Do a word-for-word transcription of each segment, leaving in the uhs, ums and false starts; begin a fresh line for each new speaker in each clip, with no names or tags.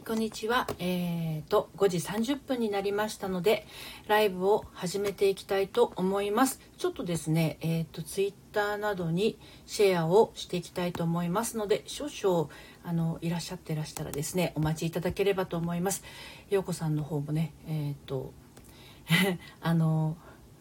こんにちは。えーと、ごじさんじゅっぷんになりましたので、ライブを始めていきたいと思います。ちょっとですね、えーと、ツイッターなどにシェアをしていきたいと思いますので、少々あのいらっしゃってらしたらですね、お待ちいただければと思います。ようこさんの方もね、えーと、あの、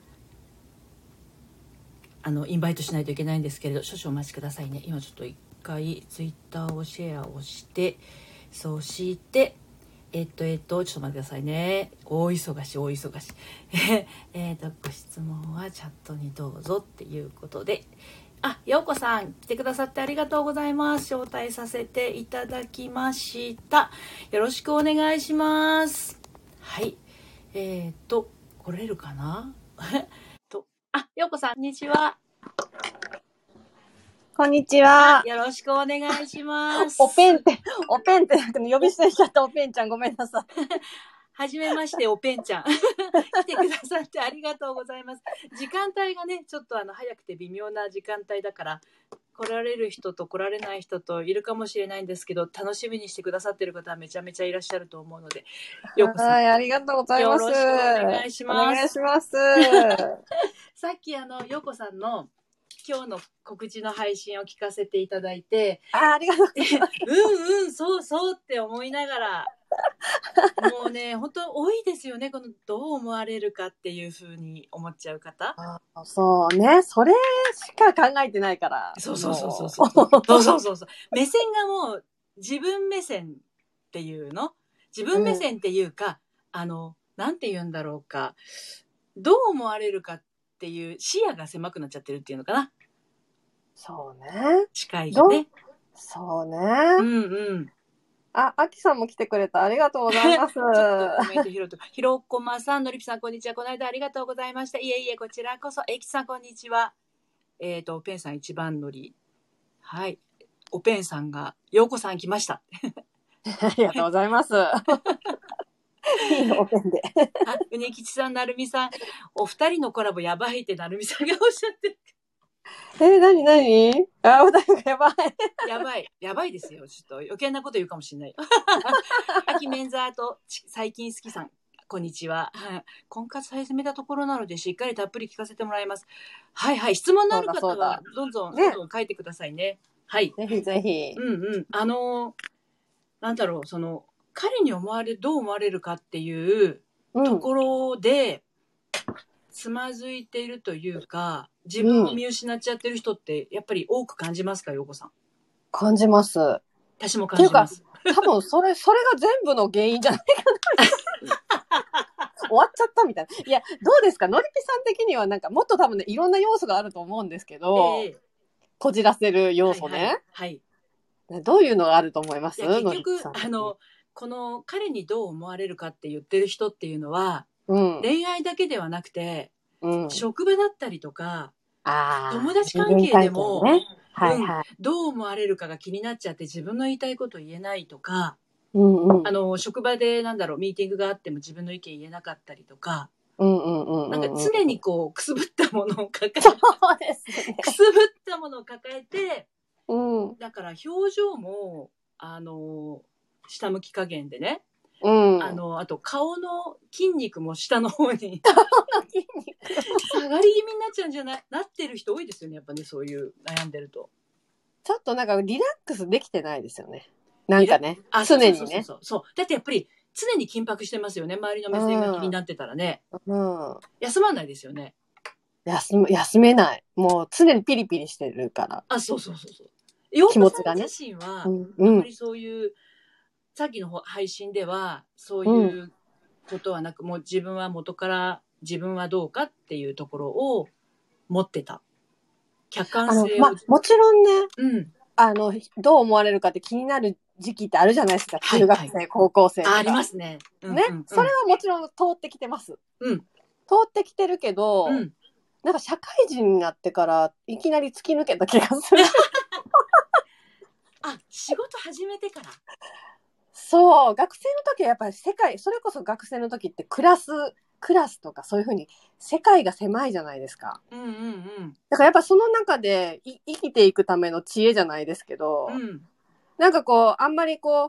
あの、インバイトしないといけないんですけれど、少々お待ちくださいね。今ちょっと一回ツイッターをシェアをして、そしてえっとえっとちょっと待ってくださいね。大忙し大忙しえっとご質問はチャットにどうぞっていうことで、あ、ようこさん来てくださってありがとうございます。招待させていただきました。よろしくお願いします。はい、えっと来れるかなと、あ、ようこさんこんにちは。
こんにちは。
よろしくお願いします。
おペンって、おペンってなんか呼び捨てしちゃったおペンちゃんごめんなさい。
はじめましておペンちゃん来てくださってありがとうございます。時間帯がねちょっとあの早くて微妙な時間帯だから来られる人と来られない人といるかもしれないんですけど、楽しみにしてくださってる方はめちゃめちゃいらっしゃると思うので、ようこさん、
はい、ありがとうございます。
よろしくお願いします。
お願いします。
さっきあのようこさんの今日の告知の配信を聞かせていただいて、
あ、ありがとうございます。
うんうんそうそうって思いながら、もうね本当多いですよね、このどう思われるかっていう風に思っちゃう方。
あ、そうね、それしか考えてないから。
そうそうそうそうそうそうそうそうそう目線がもう自分目線っていうの、自分目線っていうか、うん、あのなんて言うんだろうか、どう思われるかっていう視野が狭くなっちゃってるっていうのかな。
そうね。
視界がね。
そうね。
うんうん。
あ、あきさんも来てくれた。ありがとうございます。ちょっ
とコメント拾うと、ひろこまさん、のりぴさんこんにちは。この間ありがとうございました。いえいえ、こちらこそ。えきさんこんにちは。えっと、おペンさん一番乗り。はい。おペンさんが、ようこさん来ました。
ありがとうございます。いいのおペンで。
あ、うねきちさん、なるみさん、お二人のコラボやばいってなるみさんがおっしゃってる。
え、なになに？あ、お題がやばい。
やばい。やばいですよ。ちょっと余計なこと言うかもしれない。秋メンザーと最近好きさん、こんにちは。婚活始めたところなのでしっかりたっぷり聞かせてもらいます。はいはい。質問のある方はどんどんどんどん書いてくださいね。はい。
ぜひぜひ。
うんうん。あのなんだろう、その彼に思われどう思われるかっていうところで、うん、つまずいているというか、自分を見失っちゃってる人ってやっぱり多く感じますか、ようこさん？
感じます。
私も感じます。
多分それそれが全部の原因じゃないかな。終わっちゃったみたいな。いや、どうですか、のりぴさん的には。なんかもっと多分ね、いろんな要素があると思うんですけど、えー、こじらせる要素ね。はい、はいはい、どういうのがあると思います？いや
結局あのこの彼にどう思われるかって言ってる人っていうのは、うん、恋愛だけではなくて、うん、職場だったりとか、あ、友達関係でも、ね、はいはい、うん、どう思われるかが気になっちゃって自分の言いたいこと言えないとか、うんうん、あの職場でなんだろうミーティングがあっても自分の意見言えなかったりとか、うんうんうんうん、なんか常にこうくすぶったものを抱えて、そうですね、くすぶったものを抱えて、うん、だから表情もあの下向き加減でね、うん、あのあと顔の筋肉も下の方に下がり気味になっちゃうんじゃないなってる人多いですよね、やっぱね、そういう悩んでると。
ちょっとなんかリラックスできてないですよね。なんかね、常にね。そうそうそう
そう。だってやっぱり常に緊迫してますよね。周りの目線が気になってたらね。うん。休まないですよね。
休む、休めない。もう常にピリピリしてるから。
あ、そうそうそうそう。気持ちがね。自身は、あんまりそういう、うん、さっきの配信ではそういうことはなく、うん、もう自分は元から自分はどうかっていうところを持ってた。客観性を。
まあ、もちろんね、うん、あのどう思われるかって気になる時期ってあるじゃないですか。中学生、はいはい、高校生とか。
ありますね。
うんうんうん、ね、それはもちろん通ってきてます。うん、通ってきてるけど、うん、なんか社会人になってからいきなり突き抜けた気がする。
あ、仕事始めてから。
そう、学生の時はやっぱり世界、それこそ学生の時ってクラスクラスとかそういう風に世界が狭いじゃないですか。うんうんうん。だからやっぱその中で生きていくための知恵じゃないですけど、うん、なんかこうあんまりこう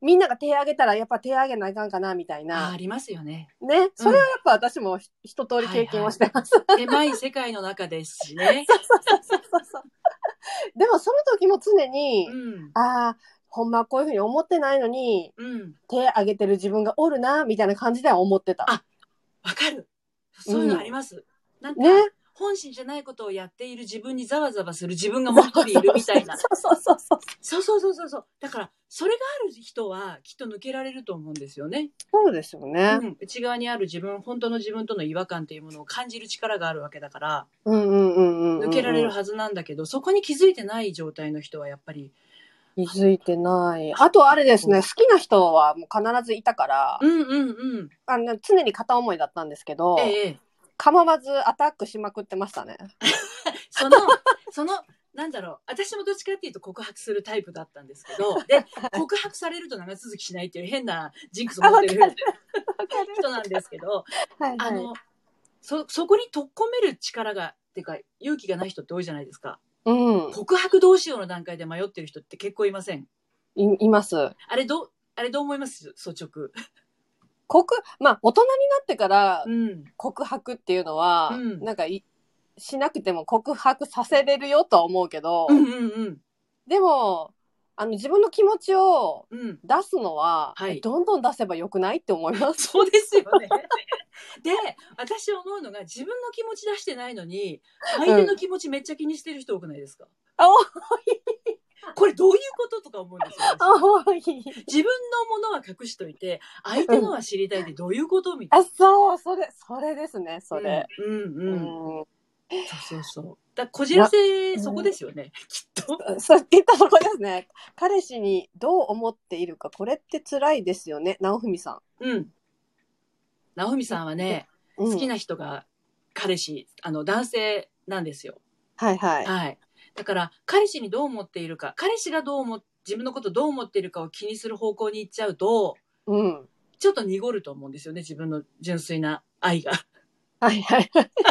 みんなが手挙げたらやっぱ手挙げないかんかなみたいな。
あ、ありますよね。
ね。それはやっぱ私も一通り経験をしてます。
はいはい、狭い世界の中ですしね。
そうそうそうそうそう。でもその時も常に、うん、ああ、ほんまはこういうふうに思ってないのに、うん、手挙げてる自分がおるな、みたいな感じでは思ってた。
あ、わかる。そういうのあります。うん、なんか、ね。本心じゃないことをやっている自分にざわざわする自分が本当にいるみたいな。
そうそうそうそう。
そうそうそうそう。だから、それがある人はきっと抜けられると思うんですよね。
そうですよね。
うん。内側にある自分、本当の自分との違和感というものを感じる力があるわけだから、
うんうんうんうん、うん。
抜けられるはずなんだけど、そこに気づいてない状態の人はやっぱり。
気づいてない。あとあれですね、好きな人はもう必ずいたから、
うんうんうん。
あの常に片思いだったんですけど、
ええ、
構わずアタックしまくってましたね。
その、その、なんだろう、私もどっちかっていうと告白するタイプだったんですけど、で、告白されると長続きしないっていう変なジンクスを持ってる人なんですけど、はいはい、あの、そ、そこに取っ込める力が、っていうか、勇気がない人って多いじゃないですか。うん。告白どうしようの段階で迷ってる人って結構いません？
い、います。
あれどう、あれどう思います？率直。
告、まあ、大人になってから告白っていうのは、うん、なんかい、しなくても告白させれるよとは思うけど、うんうんうん、でも、あの、自分の気持ちを出すのは、うん、はい、どんどん出せばよくないって思います。
そうですよね。で、私思うのが、自分の気持ち出してないのに、相手の気持ちめっちゃ気にしてる人多くないですか？あ、多い。これどういうこととか思うんですよ。多い。自分のものは隠しといて、相手のは知りたいってどういうことみたいな。
あ、そう、それ、それですね、それ。
うん、うん、うん。うん、そうそうそう。だこじらせ、そこですよね、きっと。
そう、きっとそこですね。彼氏にどう思っているか、これって辛いですよね、直文さ
ん。うん。直文さんはね、うん、好きな人が彼氏、あの、男性なんですよ。
はいはい。
はい。だから、彼氏にどう思っているか、彼氏がどう思、自分のことどう思っているかを気にする方向に行っちゃうと、うん、ちょっと濁ると思うんですよね、自分の純粋な愛が。はいはい。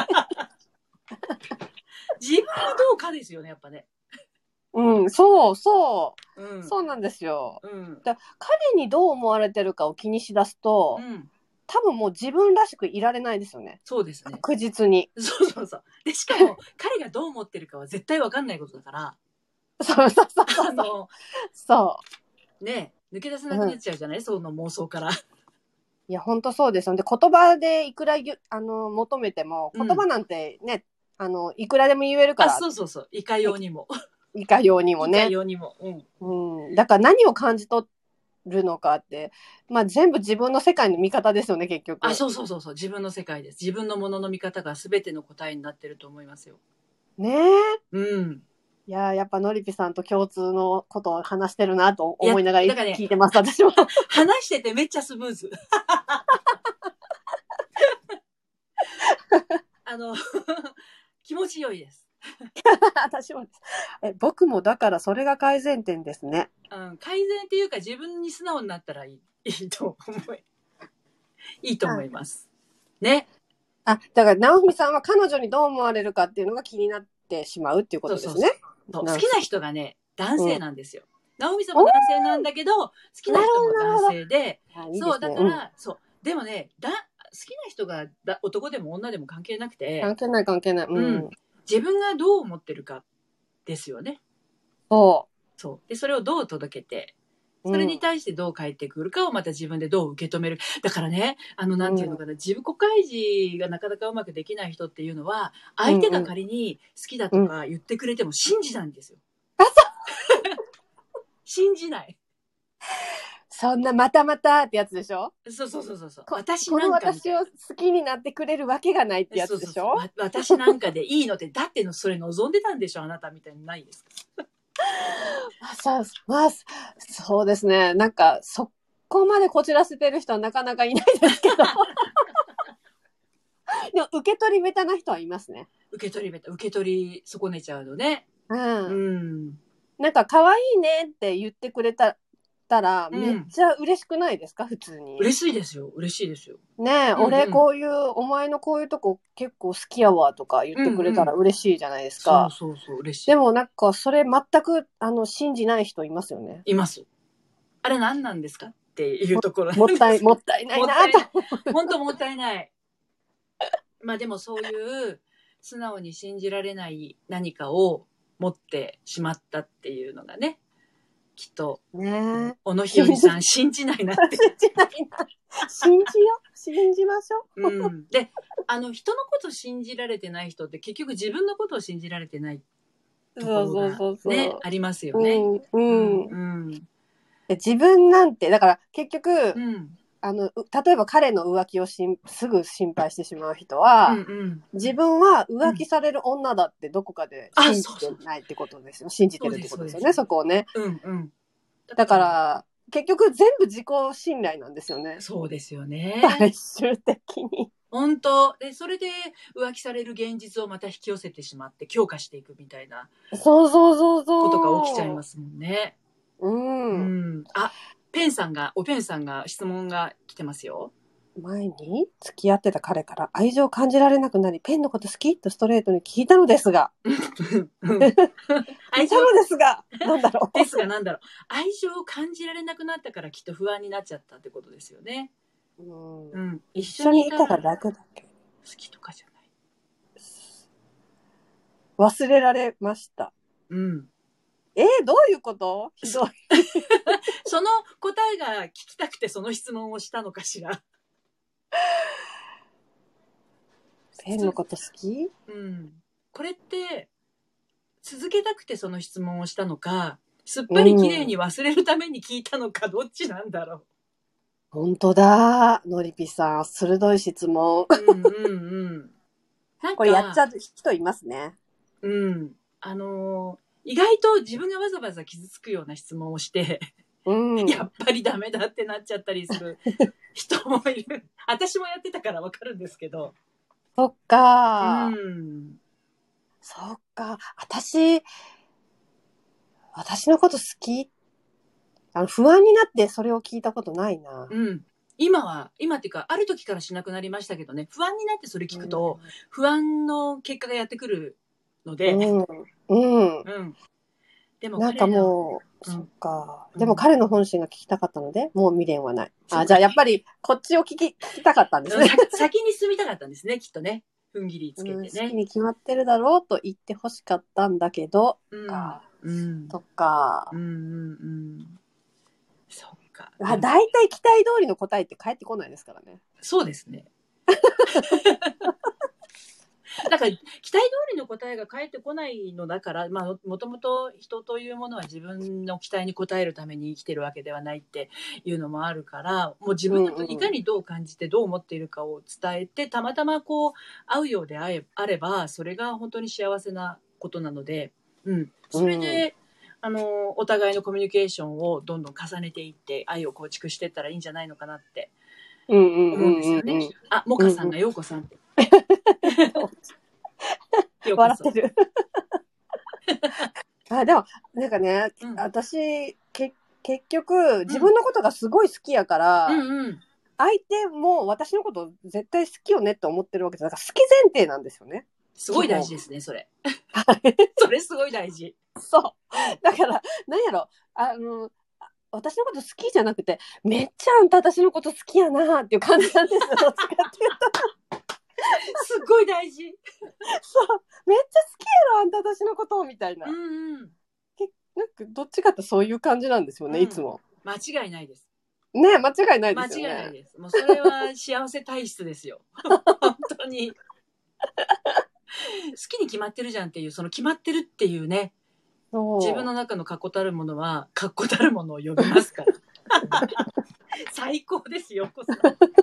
自分がどうかですよね、やっぱね。
うん、そうそう、うん、そうなんですよ。うん、だ彼にどう思われてるかを気にしだすと、うん、多分もう自分らしくいられないですよね。
そうですね。
確実に。
そうそうそう。で、しかも、彼がどう思ってるかは絶対わかんないことだから。
そうそうそうそう。あの、
そう。ね抜け出せなくなっちゃうじゃない、うん、その妄想から。
いや、本当そうですよ。で、言葉でいくらあの求めても、言葉なんてね、うん、あの、いくらでも言えるから。
あ、そうそうそう。いかようにも。
いかようにもね。
いかようにも。
うん。うん。だから何を感じ取るのかって、まあ全部自分の世界の見方ですよね、結局。
あ、そうそうそうそう。自分の世界です。自分のものの見方が全ての答えになってると思いますよ。
ねえ。うん。いややっぱのりぴさんと共通のことを話してるなと思いながら聞いてます、ね、私も。
話しててめっちゃスムーズ。あの、気持ちよいです。
私もです。え、僕もだからそれが改善点ですね。
うん、改善っていうか自分に素直になったらいい、いいと思い、いいと思います。ね。
あ、だから直美さんは彼女にどう思われるかっていうのが気になってしまうっていうことですね。そうそう
そう好きな人がね、男性なんですよ。うん、直美さんも男性なんだけど、好きな人も男性で、そう、だから、うん、そう。でもね、だ、好きな人がだ男でも女でも関係なくて。
関係ない関係ない。うん。うん、
自分がどう思ってるかですよね。
そう。
そう。で、それをどう届けて、それに対してどう返ってくるかをまた自分でどう受け止める。だからね、あの、なんていうのかな、うん、自己開示がなかなかうまくできない人っていうのは、相手が仮に好きだとか言ってくれても信じないんですよ。あ、そう信じない。
そんなまたまたってやつでしょ？
そうそうそうそう。
私なんかこの私を好きになってくれるわけがないってやつでしょ？そうそうそう
私なんかでいいのって、だってのそれ望んでたんでしょあなたみたいにないですか？
そう、まあ、そうですね。なんか、そこまでこじらせてる人はなかなかいないですけど。でも、受け取り下手な人はいますね。
受け取り下手、受け取り損ねちゃうのね。うん。
うん。なんか、可愛いねって言ってくれたら、うん、めっちゃ嬉しくないですか、普通に。
嬉しいですよ。嬉しいですよ。
ねえ、うんうん、俺こういう、お前のこういうとこ結構好きやわとか言ってくれたら嬉しいじゃないですか。うんうん、
そうそうそう、嬉しい。
でもなんか、それ全く、あの、信じない人いますよね。
います。 あれ何なんですかっていうところ
もったい、もったいないな
と。本当もったいない。まあでもそういう素直に信じられない何かを持ってしまったっていうのがね、きっと、ね、小野日和さん信じないなって。
信じないな。信じよう。信じましょ
う。うん。で、あの、人のこと信じられてない人って結局自分のことを信じられてないところが、ね、そうそうそうそうありますよね。うん。うん。うん、
自分なんて、だから結局、うん、あの、例えば彼の浮気をしんすぐ心配してしまう人は、うんうん、自分は浮気される女だってどこかで信じてないってことですよ。信じてるってことですよね、そこをね。うんうん。だから、結局全部自己信頼なんですよね。
そうですよね。
最終的に。
本当で、それで浮気される現実をまた引き寄せてしまって強化していくみたいな。
そうそうそうそう。
ことが起きちゃいますもんね。うん。うん。あ、ペンさんが、おペンさんが質問が来てますよ。
前に付き合ってた彼から愛情を感じられなくなり、ペンのこと好きとストレートに聞いたのですが。愛情のですが、なんだろう。
ですが、なんだろう。愛情を感じられなくなったからきっと不安になっちゃったってことですよね。
うん。うん、一緒にいたら楽だけど。
好きとかじゃない。
忘れられました。うん。えー、どういうことひどい。
その答えが聞きたくてその質問をしたのかしら。
ペンのこと好き？
うん。これって、続けたくてその質問をしたのか、すっぱり綺麗に忘れるために聞いたのか、どっちなんだろう。
本当だ。のりぴさん、鋭い質問。うんうんうん。なんかこれやっちゃう人いますね。
うん。あのー、意外と自分がわざわざ傷つくような質問をして、うん、やっぱりダメだってなっちゃったりする人もいる。私もやってたからわかるんですけど。
そっか。うん。そっか。私、私のこと好き？あの不安になってそれを聞いたことないな。
うん。今は、今っていうか、ある時からしなくなりましたけどね、不安になってそれ聞くと、うん、不安の結果がやってくるので。うん。うん。うん、
でもなんかもう、うん、そっか。でも彼の本心が聞きたかったので、もう未練はない。あ、じゃあやっぱりこっちを聞き、聞きたかったんですね。
先に進みたかったんですね、きっとね。踏ん切りつけてね。うん、
好きに決まってるだろうと言ってほしかったんだけど、うん、か。うん。そっか。うんうんうん。そっか。あ、大体期待通りの答えって返ってこないですからね。
そうですね。だから期待通りの答えが返ってこないのだから、まあ、もともと人というものは自分の期待に応えるために生きてるわけではないっていうのもあるから、もう自分がいかにどう感じてどう思っているかを伝えて、たまたまこう会うようであればそれが本当に幸せなことなので、うん、それで、うん、あのお互いのコミュニケーションをどんどん重ねていって愛を構築していったらいいんじゃないのかなって思うんですよね。あ、モカさんがようこさんって。
笑ってる。あ、でも、なんかね、うん、私、け、結局、自分のことがすごい好きやから、うんうん、相手も私のこと絶対好きよねって思ってるわけです。だから好き前提なんですよね。
すごい大事ですね、それ。それすごい大事。
そう。だから、なんやろ、あの、私のこと好きじゃなくて、めっちゃあんた私のこと好きやなっていう感じなんですよ。どっちかっていうと。
すっごい大事。
そう。めっちゃ好きやろ、あんた私のことを、みたいな。うんうん。なんか、どっちかってそういう感じなんですよね、うん、いつも。
間違いないです。
ね、間違いないですよね。
間違いないです。もうそれは幸せ体質ですよ。本当に。好きに決まってるじゃんっていう、その決まってるっていうね。自分の中の確固たるものは、確固たるものを呼びますから。最高ですよ、こそ。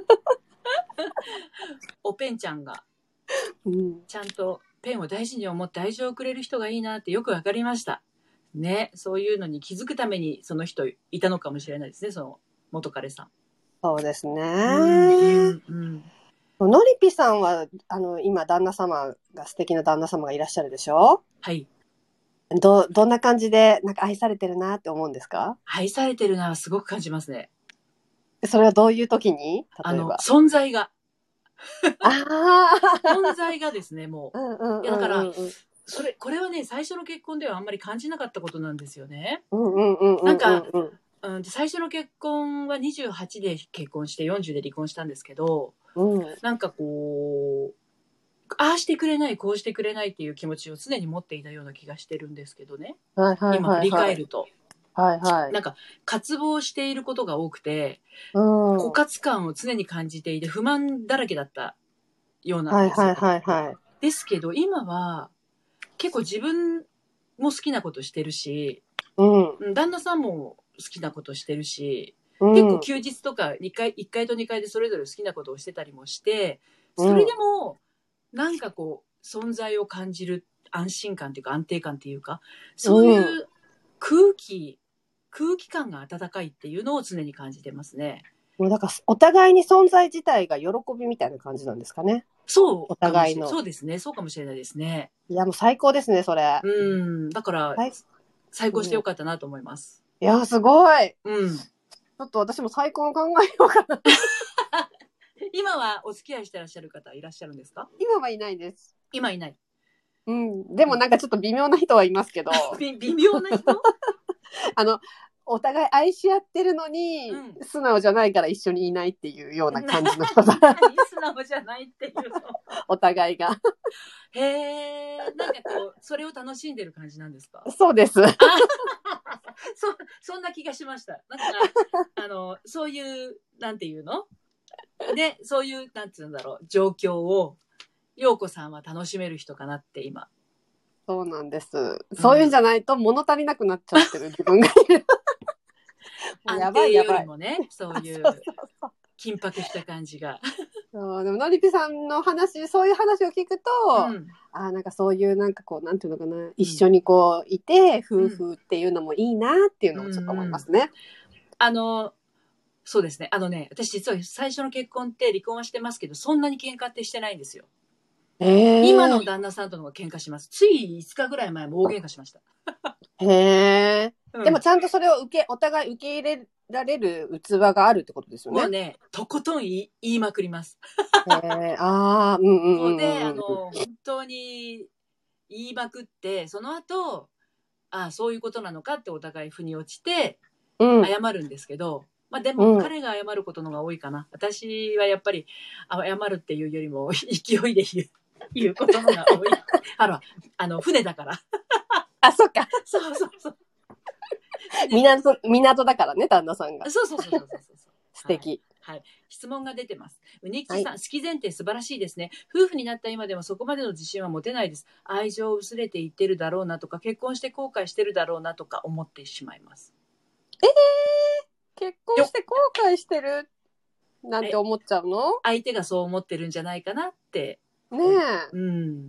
おペンちゃんが、うん、ちゃんとペンを大事に思って愛情をくれる人がいいなってよくわかりました。ね、そういうのに気づくためにその人いたのかもしれないですね、その元彼さん。
そうですね。うんうんうん、のりぴさんはあの今旦那様が素敵な旦那様がいらっしゃるでしょ？はい。どどんな感じでなんか愛されてるなって思うんですか？
愛されてるなはすごく感じますね。
それはどういう時に？
例えばあの存在があ存在がですね、もう、うんうんうんうん、いやだからそれこれはね最初の結婚ではあんまり感じなかったことなんですよね。うんうんうんうんうん、なんかうん、最初の結婚はにじゅうはちで結婚してよんじゅうで離婚したんですけど、
うん、
なんかこう、ああしてくれない、こうしてくれないっていう気持ちを常に持っていたような気がしてるんですけどね。
はいはいはいはい、
今振り返ると。
はいはい。
なんか、渇望していることが多くて、
うん、
枯渇感を常に感じていて、不満だらけだったようなんですよ。
はいはいはいはい。
ですけど、今は、結構自分も好きなことしてるし、
うん、
旦那さんも好きなことしてるし、
うん、
結構休日とかにかい、いっかいとにかいでそれぞれ好きなことをしてたりもして、それでも、なんかこう、存在を感じる安心感っていうか安定感っていうか、そういう空気、うん、空気感が温かいっていうのを常に感じてますね。
もうだからお互いに存在自体が喜びみたいな感じなんですかね。
そう。
お互いの。
そうですね。そうかもしれないですね。
いやもう最高ですね、それ。
うん。だから、再婚してよかったなと思います。
うん、いや、すごい。
うん。
ちょっと私も再婚考えようかな。
今はお付き合いしてらっしゃる方いらっしゃるんですか？
今はいないです。
今いない。
うん。でもなんかちょっと微妙な人はいますけど。
微妙な人
あの、お互い愛し合ってるのに、うん、素直じゃないから一緒にいないっていうような感じの人だ。
素直じゃないっていうの
お互いが。
へえ、なんかこう、それを楽しんでる感じなんですか？
そうです。
そ、そんな気がしました。なんか、あの、そういう、なんていうので、そういう、なんていうんだろう、状況を、陽子さんは楽しめる人かなって今。
そうなんです。そういうんじゃないと物足りなくなっちゃってる自分がいる。
やばいやばい。安定よりもね、そういう緊迫した感じが。
そうでものりぴさんの話、そういう話を聞くと、うん、あなんかそういうなんかこうなんていうのかな、うん、一緒にこういて夫婦っていうのもいいなっていうのをちょっと思いますね。うんうん、
あのそうですね。あのね、私実は最初の結婚って離婚はしてますけど、そんなに喧嘩ってしてないんですよ。えー、今の旦那さんとの方が喧嘩します。ついいつかぐらい前も大喧嘩しました。
へえ、うん。でもちゃんとそれを受け、お互い受け入れられる器があるってことですよね。
もうね、とことん言い、言いまくります。
へえ、ああ、うんうんうん、うん。
で、あの、本当に言いまくって、その後、ああ、そういうことなのかってお互い腑に落ちて、謝るんですけど、うん、まあでも彼が謝ることの方が多いかな。うん、私はやっぱり謝るっていうよりも勢いで言う。いうことのが多い。あら、あの、船だから。
あ、そっか。
そうそうそう。
港、港だからね、旦那さんが。
そうそうそうそうそうそう。
素敵、
はい。はい。質問が出てます。うにきちさん、はい、好き前提素晴らしいですね。夫婦になった今でもそこまでの自信は持てないです。愛情薄れていってるだろうなとか、結婚して後悔してるだろうなとか思ってしまいます。
えー、結婚して後悔してるなんて思っちゃうの？
相手がそう思ってるんじゃないかなって。
ねえ。
うん。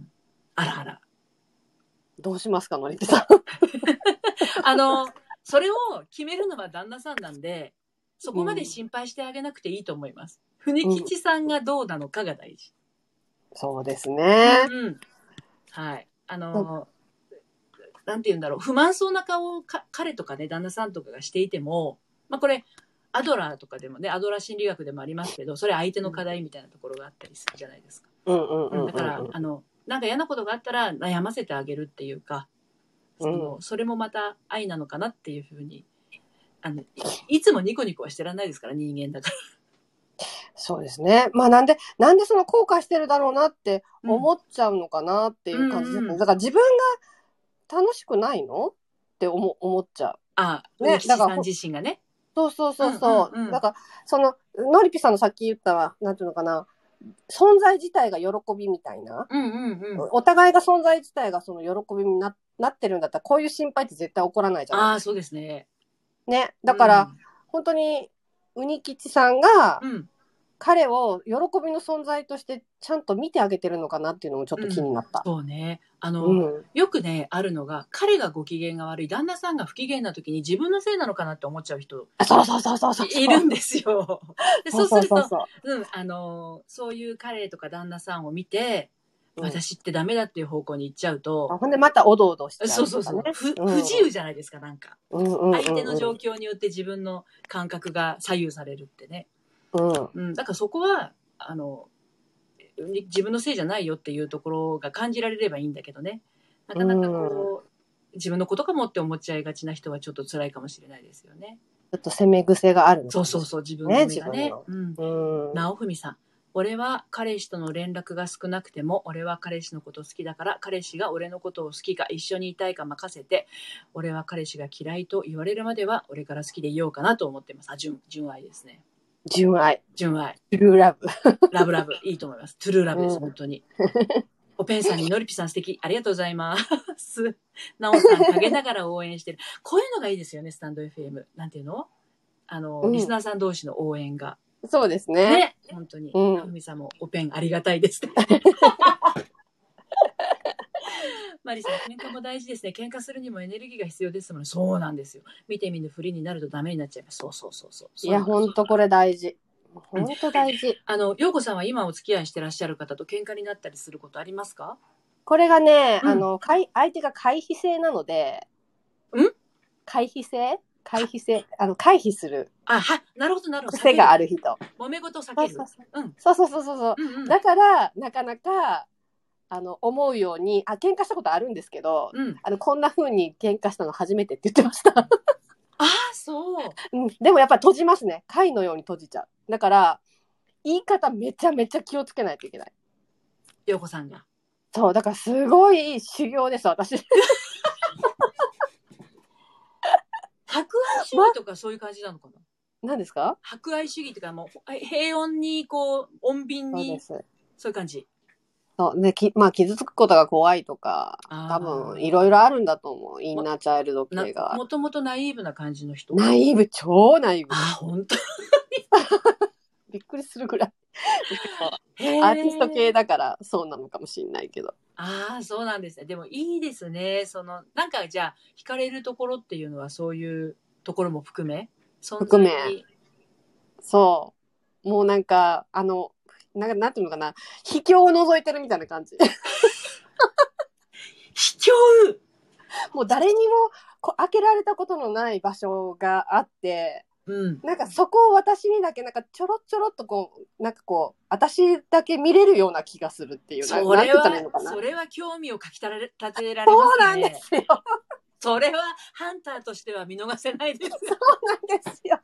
あらあら。
どうしますか、のりぴさん。
あの、それを決めるのは旦那さんなんで、そこまで心配してあげなくていいと思います。ふにきちさんがどうなのかが大事。
うん、そうですね。
うんうん。はい。あの、なんて言うんだろう。不満そうな顔をか彼とかね、旦那さんとかがしていても、まあこれ、アドラーとかでもね、アドラー心理学でもありますけど、それ相手の課題みたいなところがあったりするじゃないですか。
うんうんうんうん、
だから、あの、なんか嫌なことがあったら悩ませてあげるっていうか、その、うん、それもまた愛なのかなっていうふうに、あの、いつもニコニコはしてらんないですから、人間だから。
そうですね。まあなんで、なんでその後悔してるだろうなって思っちゃうのかなっていう感じですね。うんうんうん、だから自分が楽しくないのって思思っちゃう。
ああ、ね、だからさん自身がね。
そうそうそうそう。うんうんうん、だから、その、のりぴさんのさっき言ったは、なんていうのかな、存在自体が喜びみたいな。
うんうんうん、
お互いが存在自体がその喜びに な, なってるんだったら、こういう心配って絶対起こらないじゃないですか。
ああ、そうですね。
ね。だから、うん、本当に、うにきちさんが、うん彼を喜びの存在としてちゃんと見てあげてるのかなっていうのもちょっと気になった。
うん、そうね。あの、うん、よくね、あるのが、彼がご機嫌が悪い、旦那さんが不機嫌な時に自分のせいなのかなって思っちゃう人、
そうそうそうそうそう
いるんですよ。でそうすると、うん、あの、そういう彼とか旦那さんを見て、うん、私ってダメだっていう方向に行っちゃうと。
ほんでまたおどおどしちゃう、ね。
そうそうそう。不、不自由じゃないですか、なんか、うんうんうんうん。相手の状況によって自分の感覚が左右されるってね。うんうん、だからそこは、あの、自分のせいじゃないよっていうところが感じられればいいんだけどね。なかなかこう、うん、自分のことかもって思っちゃいがちな人はちょっと辛いかもしれないですよね。
ょっと攻め癖があるの
かもしれない。そうそうそう、自分の目がね。うん。直文さん。俺は彼氏との連絡が少なくても、俺は彼氏のこと好きだから、彼氏が俺のことを好きか一緒にいたいか任せて、俺は彼氏が嫌いと言われるまでは、俺から好きでいようかなと思ってます。あ、純、純愛ですね。
純愛。
純愛。
トゥルーラブ。
ラブラブ。いいと思います。トゥルーラブです、うん、本当に。おペンさんにのりぴさん素敵。ありがとうございます。なおさん、陰ながら応援してる。こういうのがいいですよね、スタンド エフエム。なんていうのあの、うん、リスナーさん同士の応援が。
そうですね。
ね、本当に。なおみさんもおペンありがたいです。マリさん、喧嘩も大事ですね。喧嘩するにもエネルギーが必要ですもんね。そうなんですよ。見て見ぬふりになるとダメになっちゃいます。そうそうそうそう。
いや、本当これ大事。本当大事。
あの、ようこさんは今お付き合いしてらっしゃる方と喧嘩になったりすることありますか？
これがね、うん、あの、相手が回避性なので、
ん
回避性回避性あの、回避する。
あ、は、なるほど、なるほど。
癖がある人。
揉め事避ける。
そうそうそう。うん、そうそうそうそう。うんうん、だから、なかなか、あの、思うように、あ、喧嘩したことあるんですけど、うん、あの、こんな風に喧嘩したの初めてって言ってました。あ
あ、そう。
うん。でもやっぱり閉じますね。貝のように閉じちゃう。だから、言い方めちゃめちゃ気をつけないといけない。
ようこさんが。
そう、だからすごい修行です、私。
博愛主義とかそういう感じなのかな、
ま、何ですか？
博愛主義とかもう平穏にこう穏便にそういう感じ。
そうね、きまあ傷つくことが怖いとか多分いろいろあるんだと思う。インナーチャイルド系が。
もともとナイーブな感じの人。
ナイーブ、超ナイーブ。
あ、本当に。
びっくりするぐらい。アーティスト系だからそうなのかもしれないけど。
ああ、そうなんですね。でもいいですね。そのなんかじゃあ惹かれるところっていうのはそういうところも含め、
含め、そう、もうなんかあのなんかなんていうのかな、秘境を覗いてるみたいな感じ。
秘境。
もう誰にもこ開けられたことのない場所があって。うん、なんかそこを私にだけなんかちょろちょろっとこうなんかこう私だけ見れるような気がするっていう。
それはなんて言ったらいいのかな、それは興味をかき立てられますね。そうなんですよ。それはハンターとしては見逃せないです。
そうなんですよ。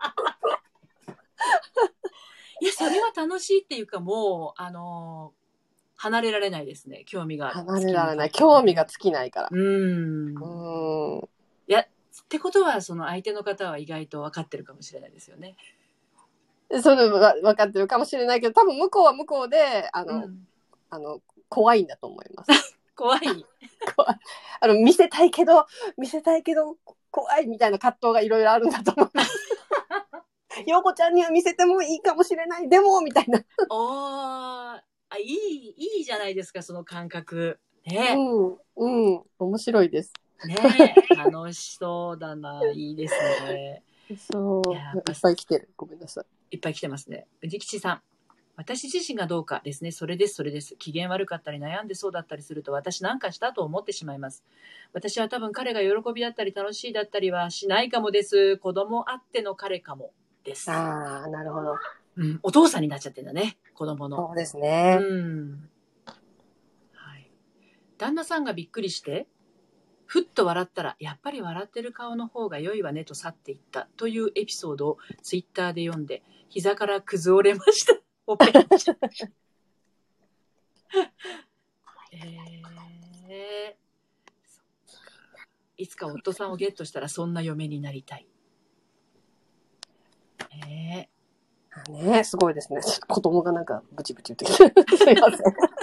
いや、それは楽しいっていうかもうあのー、離れられないですね。興味が
離れられない。興味が尽きないから。
うん。うん。いや。ってことはその相手の方は意外と分かってるかもしれないですよね。
それは分かってるかもしれないけど、多分向こうは向こうであの、うん、あの怖いんだと思います。
怖い。
怖い。あの見せたいけど見せたいけど怖いみたいな葛藤がいろいろあるんだと思います。陽子ちゃんには見せてもいいかもしれない。でもみたいな。
おー、あ、いいいいじゃないですかその感覚。ね。
うんうん面白いです。
ねえ、楽しそうだな、いいですね。
そう、いや、いっぱい来てる。ごめんなさい。
いっぱい来てますね。宇治吉さん。私自身がどうかですね。それです、それです。機嫌悪かったり悩んでそうだったりすると、私なんかしたと思ってしまいます。私は多分彼が喜びだったり楽しいだったりはしないかもです。子供あっての彼かもです。
ああ、なるほど。
うん、お父さんになっちゃってんだね。子供の。
そうですね。
うん。はい。旦那さんがびっくりして、ふっと笑ったら、やっぱり笑ってる顔の方が良いわねと去っていったというエピソードをツイッターで読んで、膝から崩折れました。おペンチ。えー、いつか夫さんをゲットしたらそんな嫁になりたい。え
ー、ね、すごいですね。子供がなんかブチブチ言ってきて。すいません。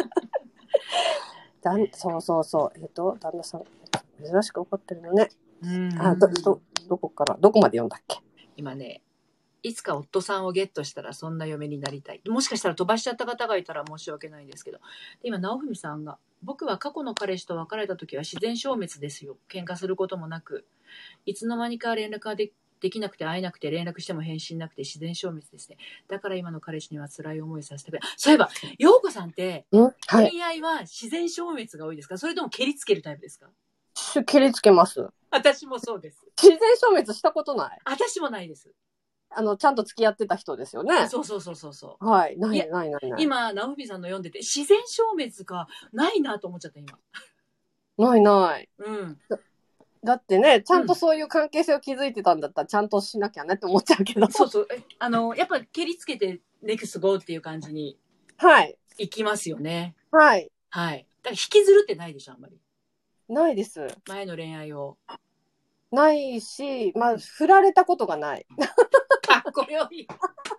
だんそうそうそう。えっと、旦那さん。珍しく怒ってるのね。うんあどどどこからどこまで読んだっけ？
今ね、いつか夫さんをゲットしたらそんな嫁になりたい。もしかしたら飛ばしちゃった方がいたら申し訳ないんですけど、今直文さんが僕は過去の彼氏と別れた時は自然消滅ですよ。喧嘩することもなく、いつの間にか連絡がでできなくて会えなくて連絡しても返信なくて自然消滅ですね。だから今の彼氏には辛い思いさせてくれ。そういえば陽子さんって恋愛は自然消滅が多いですか？それとも蹴りつけるタイプですか？
蹴りつけます。
私もそうです。
自然消滅したことない。
私もないです。
あのちゃんと付き合ってた人ですよね。
そうそうそうそうそう。
はいないないないない。
今直文さんの読んでて自然消滅がないなと思っちゃった今。
ないない。
うん。
だってね、ちゃんとそういう関係性を築いてたんだったら、ちゃんとしなきゃねって思っちゃうけど。
そうそう。あの、やっぱ蹴りつけて、ネクストゴーっていう感じに。
はい。
いきますよね。
はい。
はい。だから引きずるってないでしょ、あんまり。
ないです。
前の恋愛を。
ないし、まあ、振られたことがない。
かっこよい。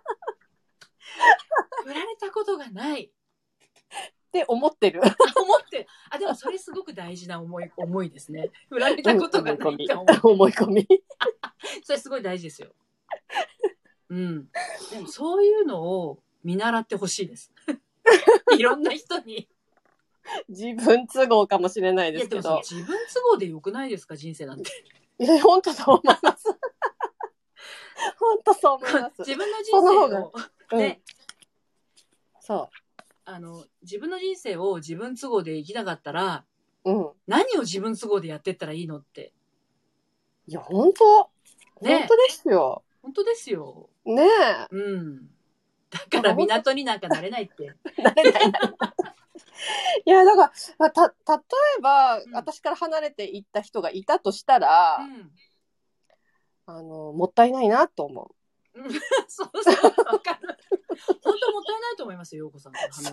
振られたことがない。
って思ってる。
思ってる。あ、でもそれすごく大事な思い、思いですね。振られたことがないって思う。
思い込み。
それすごい大事ですよ。うん。でもそういうのを見習ってほしいです。いろんな人に。
自分都合かもしれないですけど。いや、でも
自分都合でよくないですか、人生なんて。
いや、本当そう思います。本当そう思います。
自分の人生を、ね、
うん、そう。
あの、自分の人生を自分都合で生きなかったら、
うん、
何を自分都合でやってったらいいのって。
いや、本当、ね、本当ですよ。
本当ですよ。
ねえ。
うん。だから港になんかなれないって。
なれない。いや、だから、まあ、た、例えば、うん、私から離れていった人がいたとしたら、うん、あの、もったいないなと思う。
そうそう、わかる。本当もったいないと思いますよ、陽子さん。
そう。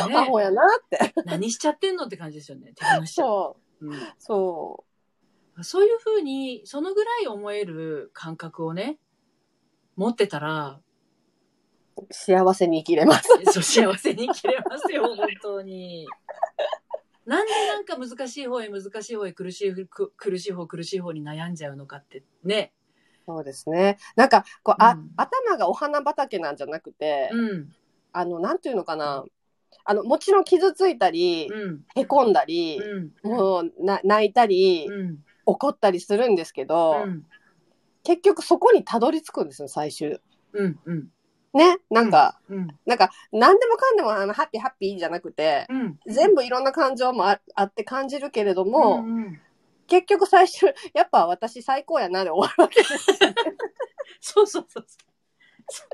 ね、アホやなって。
何しちゃってんのって感じですよね。手放しちゃう。
そう。うん、そう。
そういうふうに、そのぐらい思える感覚をね、持ってたら、
幸せに生きれます。
そう、幸せに生きれますよ、本当に。なんでなんか難しい方へ難しい方へ苦しい、苦しい方苦しい方に悩んじゃうのかってね。
そうですね。なんかこう、あ、うん、頭がお花畑なんじゃなくて、うん、あのなんていうのかな、あのもちろん傷ついたり、うん、へこんだり、うん、もうな泣いたり、うん、怒ったりするんですけど、うん、結局そこにたどり着くんですよ最終。うんうんね、なんか、うん、なんか、何でもかんでもあのハッピーハッピーじゃなくて、うん、全部いろんな感情も あ, あって感じるけれども、うんうん、結局最終、やっぱ私最高やなで終わるわけですよね。
そうそうそうそう。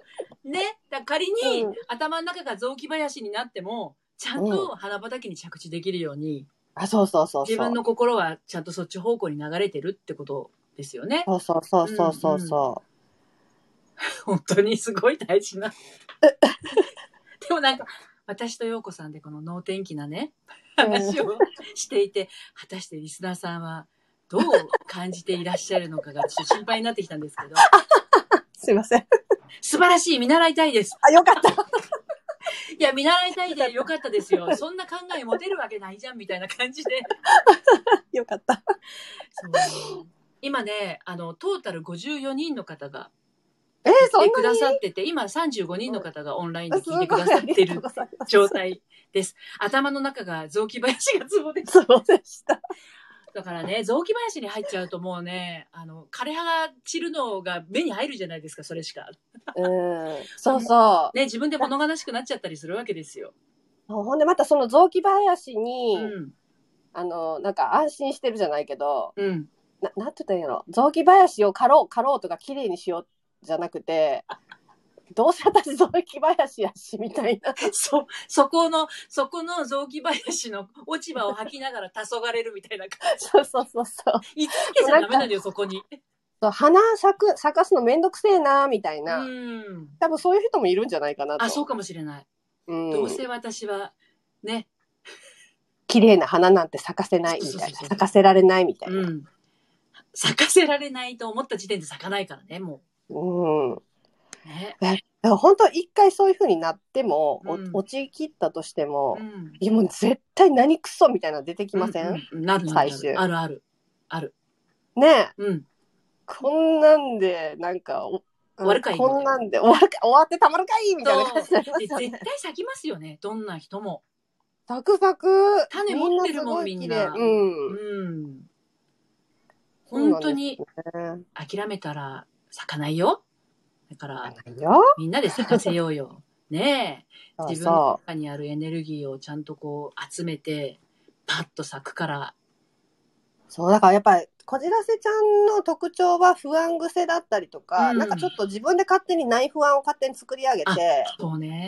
ね、だ仮に、うん、頭の中が雑木林になっても、ちゃんと花畑に着地できるように、
うん、あ、そうそうそうそう。
自分の心はちゃんとそっち方向に流れてるってことですよね。
そうそうそうそうそうそう。うんうん、
本当にすごい大事な。でもなんか、私と陽子さんでこの能天気なね、話をしていて、果たしてリスナーさんはどう感じていらっしゃるのかがちょっと心配になってきたんですけど。
すいません。
素晴らしい、見習いたいです。
あ、よかった。
いや、見習いたいでよかったですよ。そんな考え持てるわけないじゃん、みたいな感じで。
よかった。
そう今ね、あの、トータルごじゅうよにんの方が、
えー、そんなに
くださってて、今さんじゅうごにんの方がオンラインで聞いてくださってる状態です。頭の中が雑木林がツボです。
そうでした。
だからね、雑木林に入っちゃうともうね、あの、枯葉が散るのが目に入るじゃないですか、それしか。
うん、そうそう。
ね、自分で物悲しくなっちゃったりするわけですよ。
ほんでまたその雑木林に、うん、あの、なんか安心してるじゃないけど、うん、な, なんて言ったらいいの、雑木林を刈ろう、刈ろうとか綺麗にしようじゃなくて、どうせ私雑木林やしみたいな。
そ、そこの、そこの雑木林の落ち葉を吐きながら黄昏れるみたいな感じ。
そうそうそうそう。
いつけちゃダメなんだよ、そこに。
花咲く、咲かすのめんどくせえな、みたいな。うん。多分そういう人もいるんじゃないかなと。
あ、そうかもしれない。うん。どうせ私は、ね。
綺麗な花なんて咲かせないみたいな。咲かせられないみたいな。うん。
咲かせられないと思った時点で咲かないからね、もう。うん。
ね、だから本当一回そういう風になっても、うん、落ちきったとしても、うん、いやもう絶対何クソみたいなの出てきません？うん
うん、なるなる最終。あるある。ある。
ねえ。うん。こんなんで、なんか、終わるかいこんなんで終わるか、終わってたまるかいみたいな感じになりますよね。
絶対咲きますよね、どんな人も。
咲く咲く。
種持ってるもん、みんな。うん。うん。本当に、諦めたら咲かないよ。だから、みんなで咲かせようよ。ねえ。自分の中にあるエネルギーをちゃんとこう集めて、パッと咲くから。
そう、だからやっぱり、こじらせちゃんの特徴は不安癖だったりとか、うん、なんかちょっと自分で勝手にない不安を勝手に作り上げて、
そうね。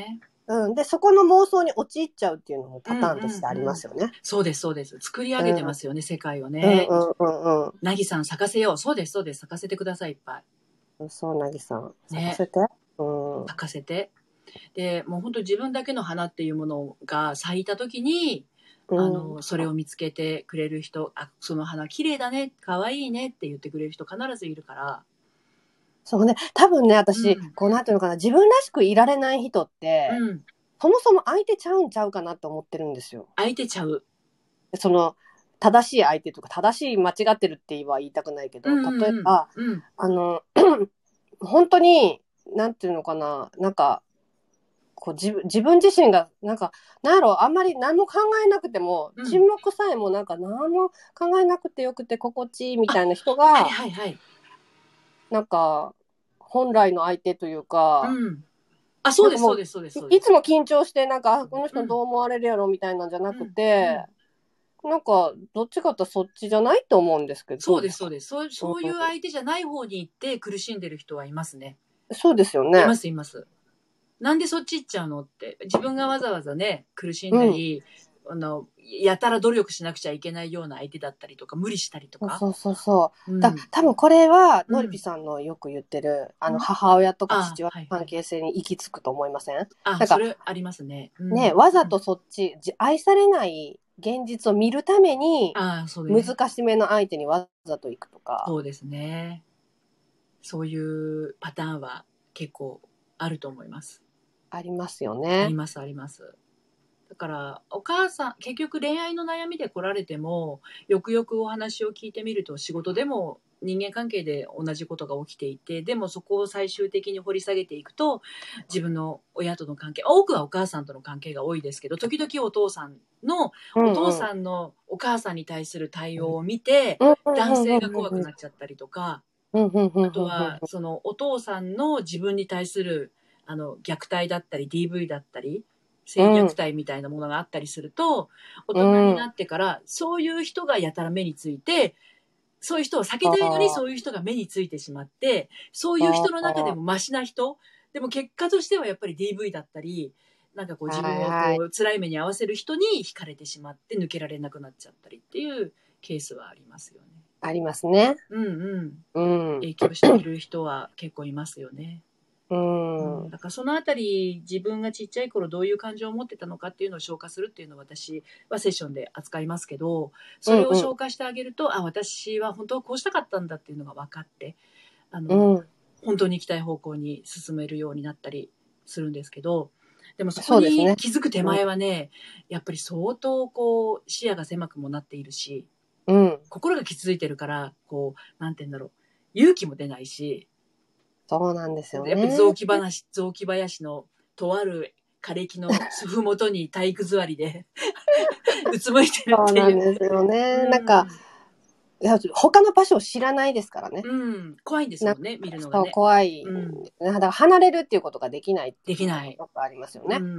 うん。で、そこの妄想に陥っちゃうっていうのもパターンとしてありますよね。うんうんうん、
そうです、そうです。作り上げてますよね、うん、世界をね。
うんうんうんうん。
なぎさん咲かせよう。そうです、そうです。咲かせてください、いっぱ
い。そう、なぎさん。咲かせて。ね、
うん。咲かせて。で、もう本当自分だけの花っていうものが咲いた時に、あの、うん、それを見つけてくれる人、あ、その花綺麗だね、可愛いねって言ってくれる人必ずいるから。
そうね。多分ね、私、うん、こうなんていうのかな、自分らしくいられない人って、うん、そもそも相手ちゃうんちゃうかなと思ってるんですよ。
相手ちゃう。
その、正しい相手とか、正しい間違ってるっては言いたくないけど、うんうんうん、例えば、うん、あの、本当に、なんていうのかな、なんか、こう自分、自分自身が、なんか、なんやろ、あんまり何も考えなくても、うん、沈黙さえもなんか何も考えなくてよくて心地いいみたいな人が、
はいはいはい、
なんか、本来の相手というか、
うん、あ、そうです、そうです、そうです。
いつも緊張して、なんか、この人どう思われるやろみたいなんじゃなくて、うんうん、なんか、どっちかとそっちじゃないと思うんですけど。
そうです、そうです。そう、そういう相手じゃない方に行って苦しんでる人はいますね。
そうですよね。
います、います。なんでそっち行っちゃうのって。自分がわざわざね、苦しんだり、うん、あの、やたら努力しなくちゃいけないような相手だったりとか、無理したりとか。
そうそうそう。うん、だ多分これは、のりぴさんのよく言ってる、うん、あの、母親とか父親の関係性に行き着くと思いません？あ、
はいはい、それありますね。
うん、ね、わざとそっち、愛されない現実を見るために、あ、そうね、難しめの相手にわざと行くとか。
そうですね。そういうパターンは結構あると思います。
ありますよね。
あります、あります。だからお母さん、結局恋愛の悩みで来られても、よくよくお話を聞いてみると、仕事でも人間関係で同じことが起きていて、でもそこを最終的に掘り下げていくと、自分の親との関係、多くはお母さんとの関係が多いですけど、時々お父さんの、お父さんのお母さんに対する対応を見て、男性が怖くなっちゃったりとか、あとはそのお父さんの自分に対するあの虐待だったり ディーブイ だったり性虐待みたいなものがあったりすると、うん、大人になってからそういう人がやたら目について、そういう人を避けたいのにそういう人が目についてしまって、そういう人の中でもマシな人でも結果としてはやっぱり ディーブイ だったり、なんかこう自分をこう辛い目に遭わせる人に惹かれてしまって抜けられなくなっちゃったりっていうケースはありますよね。
ありますね。
うんうん。うん、影響している人は結構いますよね。うん、うん、だからそのあたり、自分がちっちゃい頃どういう感情を持ってたのかっていうのを消化するっていうのを私はセッションで扱いますけど、それを消化してあげると、うんうん、あ、私は本当はこうしたかったんだっていうのが分かって、あの、うん、本当に行きたい方向に進めるようになったりするんですけど、でもそこに気づく手前はね、ね、やっぱり相当こう視野が狭くもなっているし、うん、心が傷ついてるから、こう、なんて言うんだろう、勇気も出ないし、
そうなんですよね。
やっぱり雑木話、雑木林のとある枯れ木のふもとに体育座りでうつむいてるっていう。
そうなんですよね。うん、なんか、いや他の場所を知らないですからね。
うん、怖いんですもんね、見るのがね。
そう、怖い。うん、だから離れるっていうことができないっていう。
できない。
よくありますよね。うん、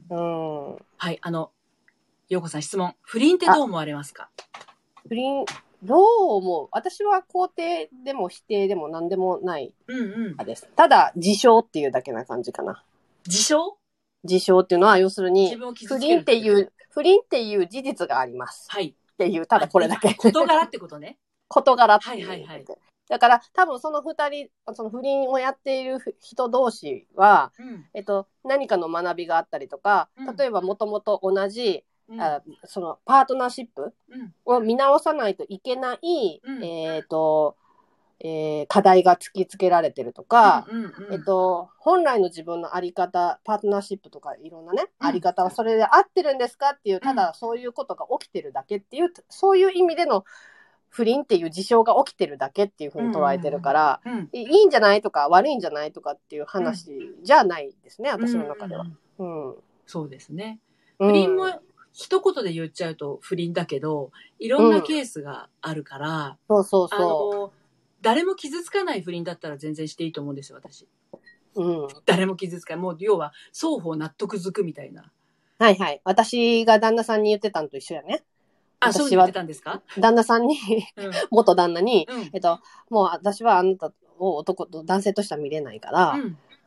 うん。はい、あの、ようこさん質問。不倫ってどう思われますか？
不倫、どう思う？私は肯定でも否定でも何でもない派です。うんうん、ただ、自称っていうだけな感じかな。
自称？
自称っていうのは、要するに、不倫っていう、不倫っていう事実があります。
はい。
っていう、ただこれだけ。
事柄ってことね。
事柄っていう。
はいはいはい。
だから、多分その二人、その不倫をやっている人同士は、うん、えっと、何かの学びがあったりとか、うん、例えばもともと同じ、うん、あそのパートナーシップを見直さないといけない、うん、えっと、えー、課題が突きつけられてるとか、うんうんうん、えっと、本来の自分のあり方、パートナーシップとかいろんなね、うん、あり方はそれで合ってるんですかっていう、ただそういうことが起きてるだけっていう、そういう意味での不倫っていう事象が起きてるだけっていうふうに捉えてるから、うんうん、いいんじゃないとか悪いんじゃないとかっていう話じゃないですね、うん、私の中では、うんうん。
そうですね。不倫も一言で言っちゃうと不倫だけど、いろんなケースがあるから、
うん、そうそうそう。
あの誰も傷つかない不倫だったら全然していいと思うんですよ、私。うん。誰も傷つかない。もう要は双方納得づくみたいな。
はいはい。私が旦那さんに言ってたのと一緒やね。
あ、そう言ってたんですか？
旦那さんに、うん、元旦那に、うん、えっと、もう私はあなたを男と男性としては見れないから、うん、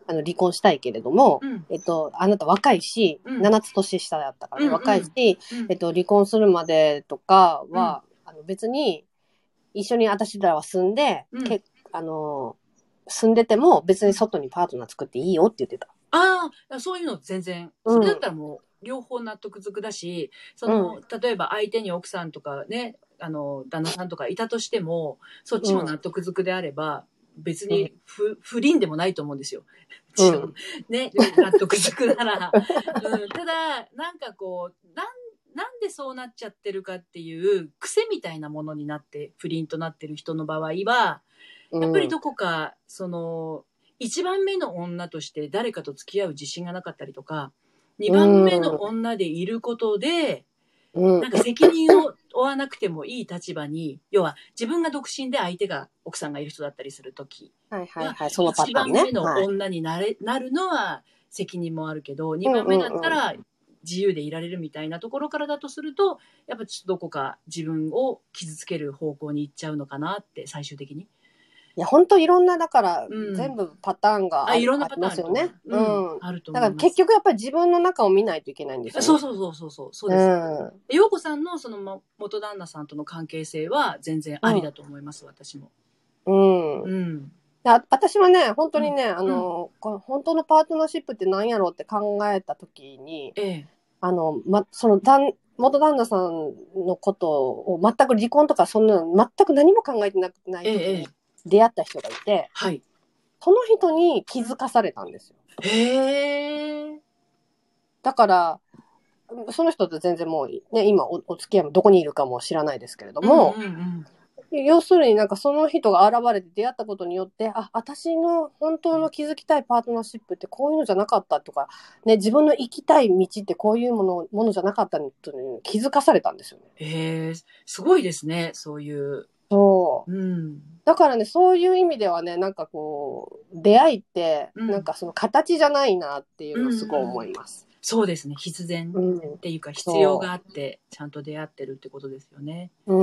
あの、離婚したいけれども、
うん、
えっと、あなた若いし、うん、ななつ年下だったから、ね、うんうん、若いし、うん、えっと、離婚するまでとかは、うん、あの別に、一緒に私らは住んで、うん、けあの、住んでても別に外にパートナー作っていいよって言ってた。
ああ、そういうの全然。それだったらもう、両方納得づくだし、その、うん、例えば相手に奥さんとかね、あの、旦那さんとかいたとしても、そっちも納得づくであれば、別に不、うん、不倫でもないと思うんですよ。うん、ね、納得づくなら。うん、ただ、なんかこう、なん、なんでそうなっちゃってるかっていう癖みたいなものになって不倫となってる人の場合は、やっぱりどこか、その、一番目の女として誰かと付き合う自信がなかったりとか、二番目の女でいることで、うん、なんか責任を負わなくてもいい立場に、要は自分が独身で相手が奥さんがいる人だったりするとき、
はいはいはい、そのパターンね。
一番目の女になれ、はい、なるのは責任もあるけど、二番目だったら自由でいられるみたいなところからだとすると、やっぱちょっとどこか自分を傷つける方向に行っちゃうのかなって最終的に。
いや、本当いろんな、だから、全部パターンがあ、うん、あ
いろんなパターンありますよね。
うん。
あると
思います。だから結局やっぱり自分の中を見ないといけないんですよね。
そうそうそうそうそう。そうです。うん。陽子さんのその元旦那さんとの関係性は全然ありだと思います、うん、私も。
うん。うん。私はね、本当にね、うん、あの、うん、本当のパートナーシップって何やろうって考えたときに、ええ、あの、ま、その旦、元旦那さんのことを全く離婚とかそんなの全く何も考えてなくない時に、ええ、出会った人がいて、はい、その人に気づかされたんですよ。へー。だから、その人と全然もう、ね、今お、お付き合いもどこにいるかも知らないですけれども、うんうんうん、要するになんかその人が現れて出会ったことによって、あ、私の本当の築きたいパートナーシップってこういうのじゃなかったとか、ね、自分の生きたい道ってこういうもの、ものじゃなかったと気づかされたんですよね。
へー、すごいですね、そういう。
そう。うん。だからね、そういう意味ではね、なんかこう、出会いって、なんかその形じゃないなっていうのをすごい思います。
うんうん、そうですね、必然っていうか、うん、必要があって、ちゃんと出会ってるってことですよね。うん。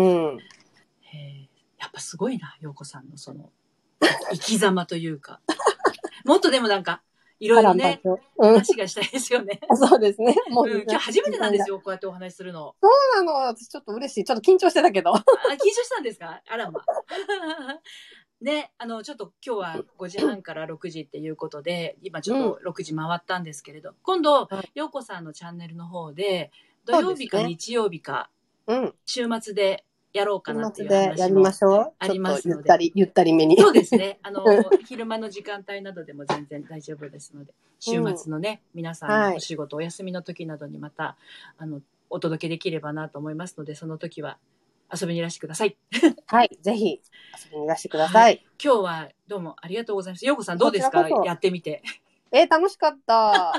へやっぱすごいな、陽子さんのその、生き様というか。もっとでもなんか、いろいろね、うん、話がしたいですよね。
そうですね。
もう、うん、今日初めてなんですよ、こうやってお話しするの。
そうなの。私ちょっと嬉しい。ちょっと緊張してたけど。あ、
緊張したんですか？あらま。ね、あの、ちょっと今日はごじはんからろくじっていうことで、今ちょっとろくじ回ったんですけれど、うん、今度、陽子さんのチャンネルの方で、土曜日か日曜日か、ね、週末でやろうかなっていう話もありますので。ゆったり、
ゆったりめに。
そうですね。あの、昼間の時間帯などでも全然大丈夫ですので、週末のね、うん、皆さんのお仕事、はい、お休みの時などにまた、あの、お届けできればなと思いますので、その時は遊びにいらしてください。
はい、ぜひ遊びにいらしてください。はい、
今日はどうもありがとうございます。陽子さんどうですか？やってみて。
えー、楽しかった。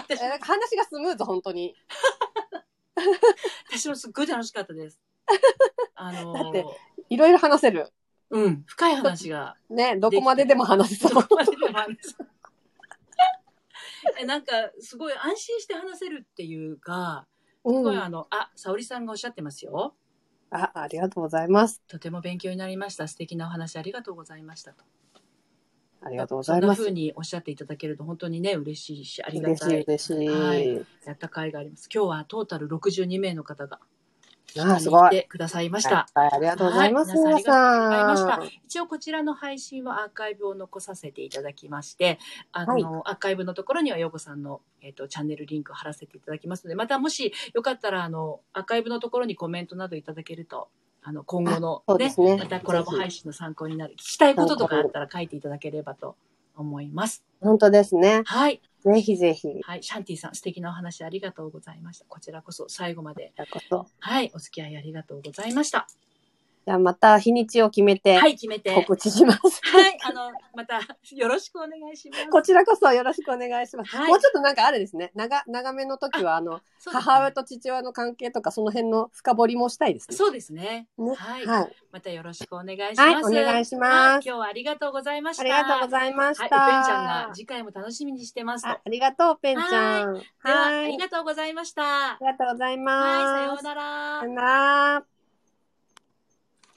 えー、話がスムーズ、本当に。
私もすっごい楽しかったです。あのー、
だって、いろいろ話せる。
うん、深い話が。
ね、どこまででも話せそう。どこまででも話せそう。え、なんか、すごい安心して話せるっていうか、すごいあの、うん、あ、沙織さんがおっしゃってますよ。 あ、ありがとうございます。
とても勉強になりました。素敵なお話ありがとうございましたと。
ありがとうございます。
そんな風におっしゃっていただけると本当にね、嬉しいし、ありがたい。
嬉しい、嬉しい。
はい。やった甲斐があります。今日はトータルろくじゅうにめいの方が。
あ、すごい。
来てくださいました。
はい、ありがとうございます。はい、皆さん。ありがとうございました。
一応こちらの配信はアーカイブを残させていただきまして、あの、はい、アーカイブのところには陽子さんの、えっと、チャンネルリンクを貼らせていただきますので、またもしよかったら、あの、アーカイブのところにコメントなどいただけると、あの、今後のね、ねまたコラボ配信の参考になる。聞きたいこととかあったら書いていただければと思います。
本当ですね。
はい。
ぜひぜひ。
はい。シャンティさん、素敵なお話ありがとうございました。こちらこそ最後まで。
こちらこそ。
はい。お付き合いありがとうございました。
じゃあまた日にちを決めて。
はい、決めて。
告知します。
はい。あの、またよろしくお願いします。
こちらこそよろしくお願いします。はい、もうちょっとなんかあれですね。長、長めの時は、あの、あ、ね、母親と父親の関係とかその辺の深掘りもしたいですね。
そうですね。ね、はい。はい。またよろしくお願いします。
はい、お願いします。はい、
今日はありがとうございました。
ありがとうございました。
はい、ペンちゃんが次回も楽しみにしてますと。
あ, ありがとう、ペンちゃん。
はい。では、ありがとうございました。
ありがとうございます。
はい、さようなら。
さようなら。